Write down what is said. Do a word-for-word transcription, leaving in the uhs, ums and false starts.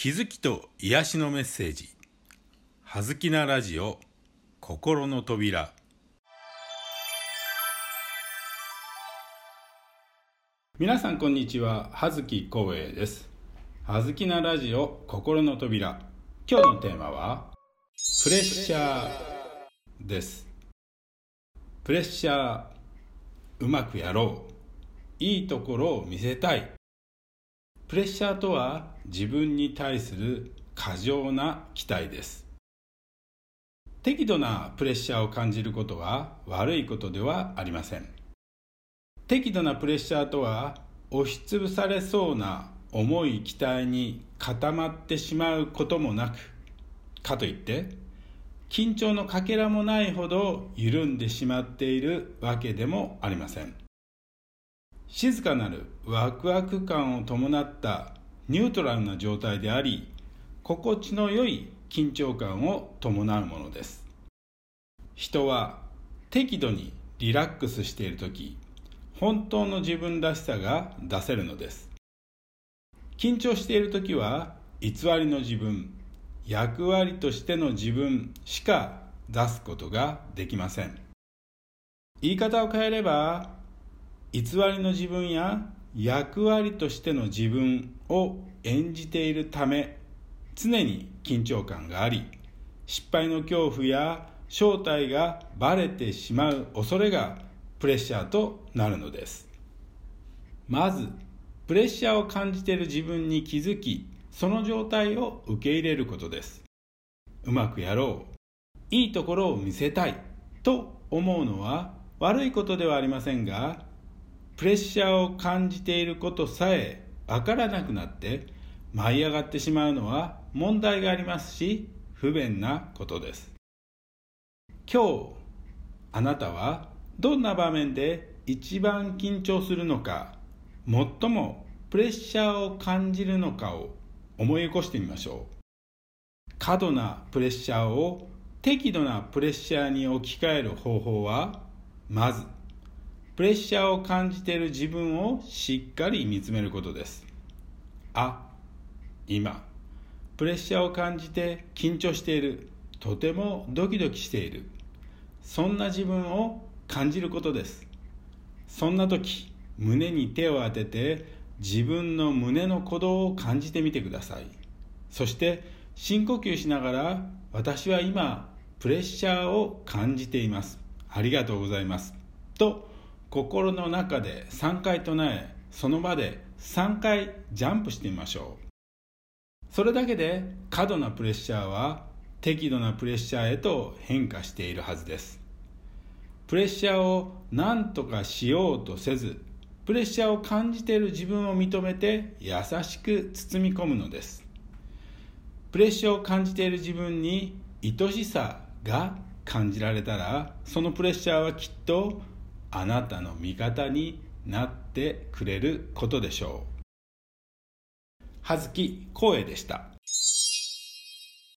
気づきと癒しのメッセージ、はずきなラジオ心の扉。皆さんこんにちは、葉月光栄です。はずきなラジオ心の扉。今日のテーマはプレッシャーです。プレッシャー、うまくやろう、いいところを見せたい。プレッシャーとは自分に対する過剰な期待です。適度なプレッシャーを感じることは悪いことではありません。適度なプレッシャーとは押しつぶされそうな重い期待に固まってしまうこともなく、かといって緊張のかけらもないほど緩んでしまっているわけでもありません。静かなるワクワク感を伴ったニュートラルな状態であり、心地の良い緊張感を伴うものです。人は適度にリラックスしているとき、本当の自分らしさが出せるのです。緊張しているときは偽りの自分、役割としての自分しか出すことができません。言い方を変えれば、偽りの自分や役割としての自分を演じているため、常に緊張感があり、失敗の恐怖や正体がバレてしまう恐れがプレッシャーとなるのです。まずプレッシャーを感じている自分に気づき、その状態を受け入れることです。うまくやろう、いいところを見せたいと思うのは悪いことではありませんが、プレッシャーを感じていることさえわからなくなって舞い上がってしまうのは問題がありますし、不便なことです。今日あなたはどんな場面で一番緊張するのか、最もプレッシャーを感じるのかを思い起こしてみましょう。過度なプレッシャーを適度なプレッシャーに置き換える方法は、まずプレッシャーを感じている自分をしっかり見つめることです。あ、今プレッシャーを感じて緊張している、とてもドキドキしている、そんな自分を感じることです。そんな時、胸に手を当てて自分の胸の鼓動を感じてみてください。そして深呼吸しながら、私は今プレッシャーを感じています、ありがとうございますと心の中でさんかい唱え、その場でさんかいジャンプしてみましょう。それだけで過度なプレッシャーは適度なプレッシャーへと変化しているはずです。プレッシャーを何とかしようとせず、プレッシャーを感じている自分を認めて優しく包み込むのです。プレッシャーを感じている自分に愛しさが感じられたら、そのプレッシャーはきっとあなたの味方になってくれることでしょう。葉月光栄でした。